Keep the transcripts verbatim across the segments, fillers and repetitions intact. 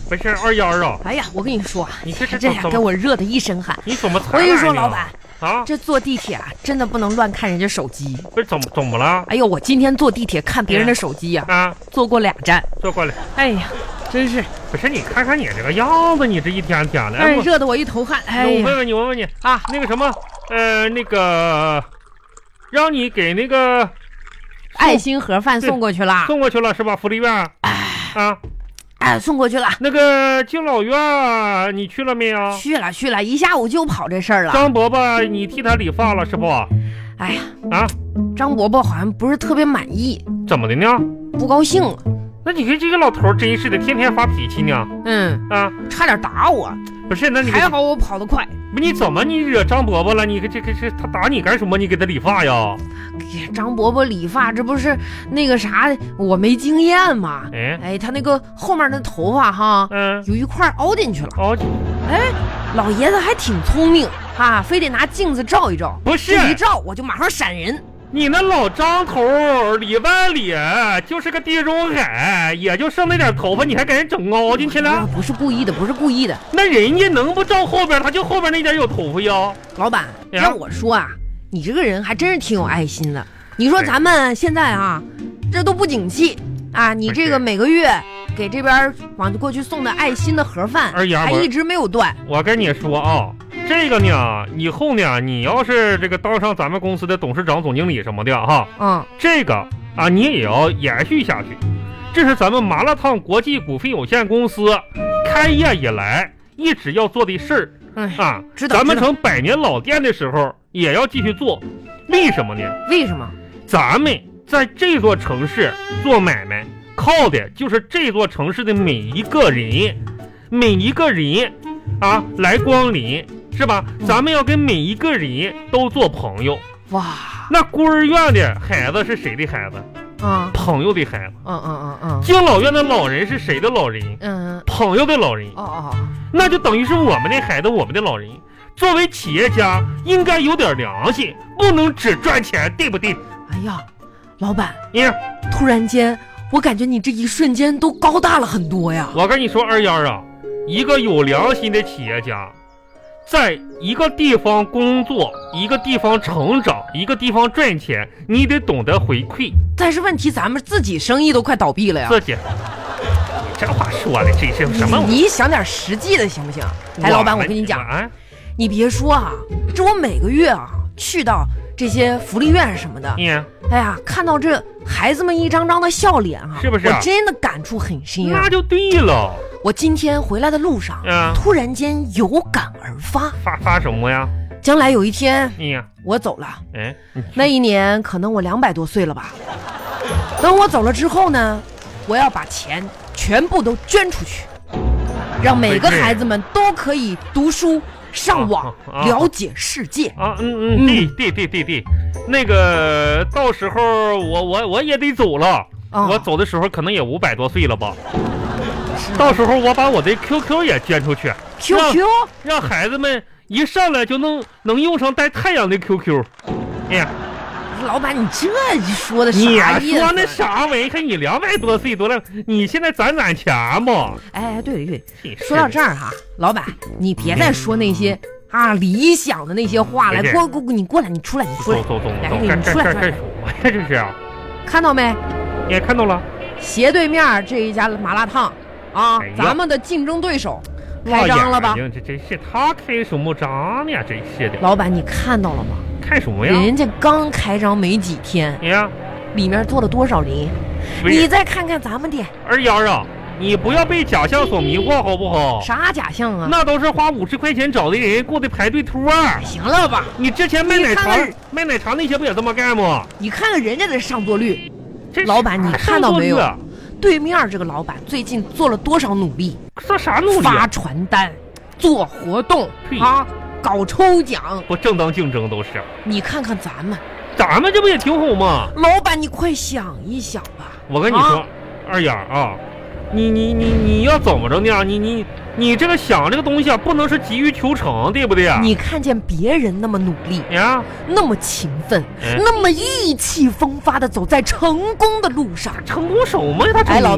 不是二丫啊！ 哎呀，我跟你说， 你这这呀给我热的一身汗。 你怎么才？ 我跟你说，老板啊， 这坐地铁啊，真的不能乱看人家手机。 不是怎么怎么了？ 哎呦，我今天坐地铁看别人的手机呀、啊， 啊， 坐过俩站， 坐过来。 哎呀，真是。 不是你看看你这个样子，你这一天天的， 哎，热得我一头汗。哎呀，我问问你，我问问你啊，那个什么，呃，那个，让你给那个爱心盒饭送过去了， 送过去了是吧？福利院。 哎啊。 哎，送过去了。 那个敬老院你去了没有？ 去了去了，一下午就跑这事儿了。 张伯伯，你替他理发了是不？ 哎呀， 啊， 张伯伯好像不是特别满意。 怎么的呢？ 不高兴了。 那你看这个老头真是的，天天发脾气呢。 嗯啊， 差点打我。 不是，那你还好我跑得快。 你怎么你惹张伯伯了？你这个是他打你干什么？你给他理发呀？ 给张伯伯理发，这不是那个啥，我没经验嘛。 哎哎，他那个后面的头发哈， 嗯， 有一块凹进去了。 凹进。 哎，老爷子还挺聪明啊，非得拿镜子照一照。 不是， 一照我就马上闪人。 你那老张头里外里就是个地中海，也就剩那点头发，你还给人整凹进去了？ 不是故意的，不是故意的。 那人家能不照后边，他就后边那点有头发呀？ 老板，让我说啊，你这个人还真是挺有爱心的。你说咱们现在啊，这都不景气啊，你这个每个月给这边往过去送的爱心的盒饭，还一直没有断。 我跟你说啊。这个呢，以后呢，你要是这个当上咱们公司的董事长、总经理什么的哈， 嗯， 这个啊，你也要延续下去。这是咱们麻辣烫国际股份有限公司开业以来一直要做的事儿、 嗯、 啊。 知道。 咱们成百年老店的时候也要继续做。为什么呢？ 为什么？ 咱们在这座城市做买卖，靠的就是这座城市的每一个人，每一个人啊来光临。是吧？咱们要跟每一个人都做朋友。 哇， 那孤儿院的孩子是谁的孩子？ 嗯， 朋友的孩子。 嗯嗯嗯嗯。 敬老院的老人是谁的老人？ 嗯， 朋友的老人。 哦哦， 那就等于是我们的孩子，我们的老人。作为企业家，应该有点良心，不能只赚钱，对不对？ 哎呀，老板， 呀， 突然间，我感觉你这一瞬间都高大了很多呀。 我跟你说，二丫啊，一个有良心的企业家。在一个地方工作，一个地方成长，一个地方赚钱，你得懂得回馈。 但是问题，咱们自己生意都快倒闭了呀。 自己，这话说的这是什么？ 你, 你想点实际的行不行？哎，老板，我跟你讲， 啊、 你别说啊，这我每个月啊去到这些福利院什么的， 嗯， 哎呀，看到这孩子们一张张的笑脸啊， 是不是、啊？ 我真的感触很深啊。 那就对了。 我今天回来的路上， 嗯， 突然间有感而发， 发发什么呀？ 将来有一天， 嗯， 我走了， 哎， 那一年可能我两百多岁了吧。等我走了之后呢，我要把钱全部都捐出去，让每个孩子们都可以读书、上网、 啊、 了解世界啊！嗯嗯，对对对对对，那个到时候我我我也得走了， 啊、 我走的时候可能也五百多岁了吧。到时候我把我的 Q Q 也捐出去 ，Q Q 让, 让孩子们一上来就能能用上带太阳的 Q Q。哎呀， 老板，你这说的啥意思？你说那啥玩意？看你两百多岁多了，你现在攒攒钱嘛？ 哎，对对对，说到这儿哈，老板，你别再说那些啊理想的那些话了。过过，你过来，你出来，你出来， 走走走， 来，你出来， 干什么呀？这是看到没？ 也看到了， 斜对面这一家麻辣烫。啊、哎，咱们的竞争对手开张了吧？ 这真是他开什么张呢？真是的， 老板，你看到了吗？ 看什么呀？ 人家刚开张没几天呀， 里面坐了多少人？你再看看咱们的二丫啊，你不要被假象所迷惑，好不好？ 啥假象啊？ 那都是花五十块钱找的人过的排队托儿。 行了吧？ 你之前卖奶茶、卖奶茶那些不也这么干吗？ 你看看人家的上座率，老板，你看到没有？对面这个老板最近做了多少努力？ 做啥努力、啊？ 发传单，做活动啊，搞抽奖， 不正当竞争都是。 你看看咱们， 咱们这不也挺好吗？ 老板，你快想一想吧。 我跟你说，啊、二丫啊，你你你你要怎么着呢？你你你这个想这个东西啊，不能是急于求成，对不对啊？ 你看见别人那么努力呀， 那么勤奋， 嗯、 那么意气风发的走在成功的路上， 成功什么呀？他成功、啊、 哎，老板，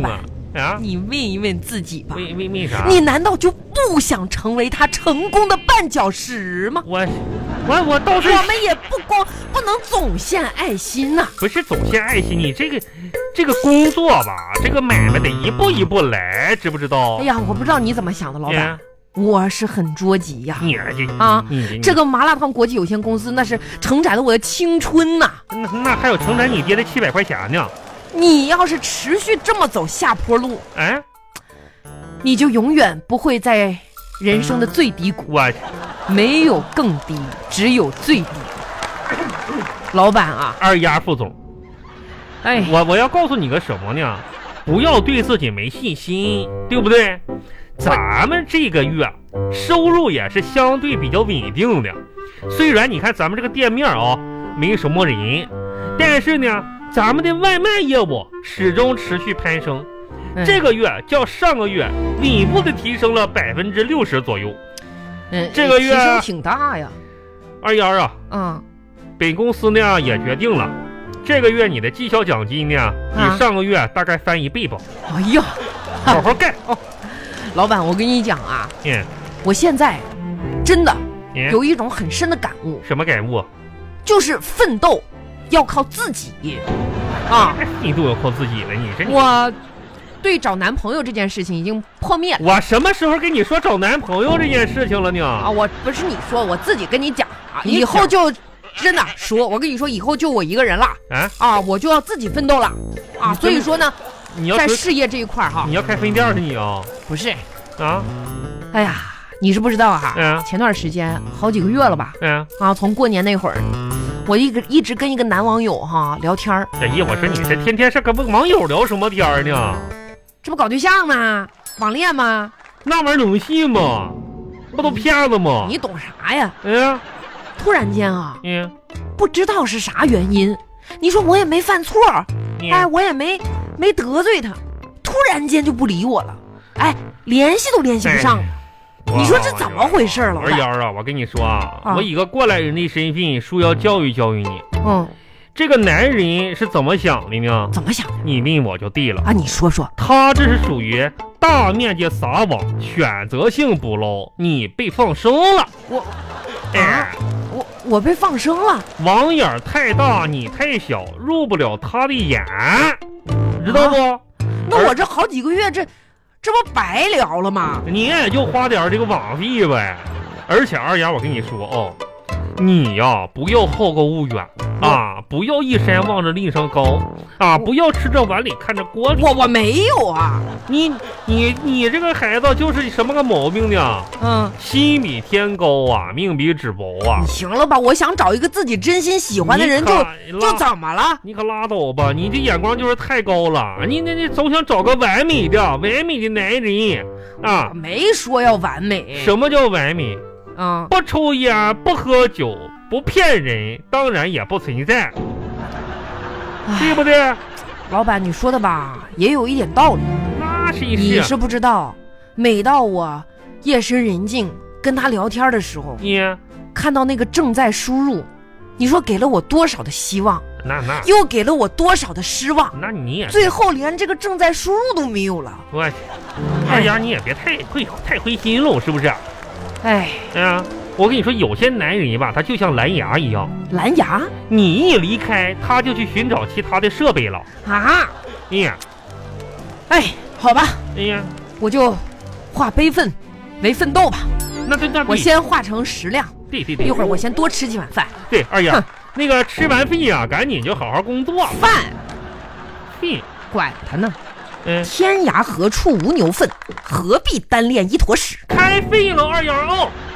啊， 你问一问自己吧， 为为为啥？ 你难道就不想成为他成功的绊脚石吗？ 我我我倒是我们也不光不能总献爱心呐、啊， 不是总献爱心，你这个这个工作吧，这个买卖得一步一步来，知不知道？ 哎呀，我不知道你怎么想的，老板。我是很着急呀、 啊！你这啊， 你这个麻辣烫国际有限公司那是承载了我的青春呐、啊， 那那还有承载你爹的七百块钱呢。 你要是持续这么走下坡路， 哎， 你就永远不会在人生的最低谷。 我没有更低，只有最低。老板啊， 二丫副总， 哎， 我我要告诉你个什么呢？不要对自己没信心，对不对？咱们这个月收入也是相对比较稳定的，虽然你看咱们这个店面啊没什么人，但是呢，咱们的外卖业务始终持续攀升，嗯、这个月较上个月稳步的提升了百分之六十左右。 嗯， 这个月提升挺大呀。 二丫啊， 嗯， 本公司呢也决定了，这个月你的绩效奖金呢比上个月大概翻一倍吧。 哎呀， 好好干哦。 老板，我跟你讲啊， 嗯， 我现在真的嗯有一种很深的感悟。 什么感悟？ 就是奋斗要靠自己啊！ 你都要靠自己了，你这我对找男朋友这件事情已经破灭了。 我什么时候跟你说找男朋友这件事情了呢？ 啊，我不是你说，我自己跟你讲啊，以后就真的说，我跟你说，以后就我一个人了啊啊，我就要自己奋斗了啊！所以说呢。 你要在事业这一块哈， 你要开分店是你啊？ 不是啊？ 哎呀，你是不知道啊。 嗯。 前段时间好几个月了吧？ 嗯。 啊，从过年那会儿，我一个一直跟一个男网友哈聊天儿。 哎呀，我说你这天天是跟网友聊什么天呢？ 这不搞对象吗？网恋吗？ 那玩意儿能信吗？不都骗子吗？ 你懂啥呀？ 嗯。 突然间啊， 嗯， 不知道是啥原因，你说我也没犯错，哎，我也没。没得罪他，突然间就不理我了，哎，联系都联系不上了。哎、你说这怎么回事了？ 二丫啊，我跟你说啊，啊我以个过来人的身份，说要教育教育你。 嗯， 这个男人是怎么想的呢？ 怎么想的？ 你问我就对了啊！你说说， 他这是属于大面积撒网，选择性捕捞，你被放生了。 我，哎，我我被放生了。 网眼太大，你太小，入不了他的眼。知道不、啊？ 那我这好几个月，这这不白聊了吗？ 你也就花点这个网费呗。而且二丫，我跟你说哦，你呀不要好高骛远啊，不要一山望着另上高啊，不要吃着碗里看着锅里。 我我没有啊， 你你你这个孩子就是什么个毛病呢？ 嗯， 心比天高啊，命比纸薄啊。 你行了吧？我想找一个自己真心喜欢的人就，就就怎么了？ 你可拉倒吧！你这眼光就是太高了。你那你总想找个完美的、完美的男人啊？ 我没说要完美。 什么叫完美？ 嗯， 不抽烟，不喝酒，不骗人，当然也不存在，对不对？ 老板，你说的吧，也有一点道理。 那是一你是不知道，每到我夜深人静跟他聊天的时候， 你看到那个正在输入，你说给了我多少的希望， 那那又给了我多少的失望， 那你也最后连这个正在输入都没有了。 我二丫，你也别太灰太灰心了，是不是？ 哎， 哎呀，我跟你说，有些男人吧，他就像蓝牙一样。 蓝牙？ 你一离开，他就去寻找其他的设备了。 啊？ 哎呀， 哎，好吧。 哎呀， 我就化悲愤为奋斗吧。 那对那我先化成食量。 对对对。 一会儿我先多吃几碗饭。 对，二丫，那个吃完饭呀，赶紧就好好工作。 饭。 饭。 管他呢。 嗯， 天涯何处无牛粪，何必单恋一坨屎。 开废了，二丫哦。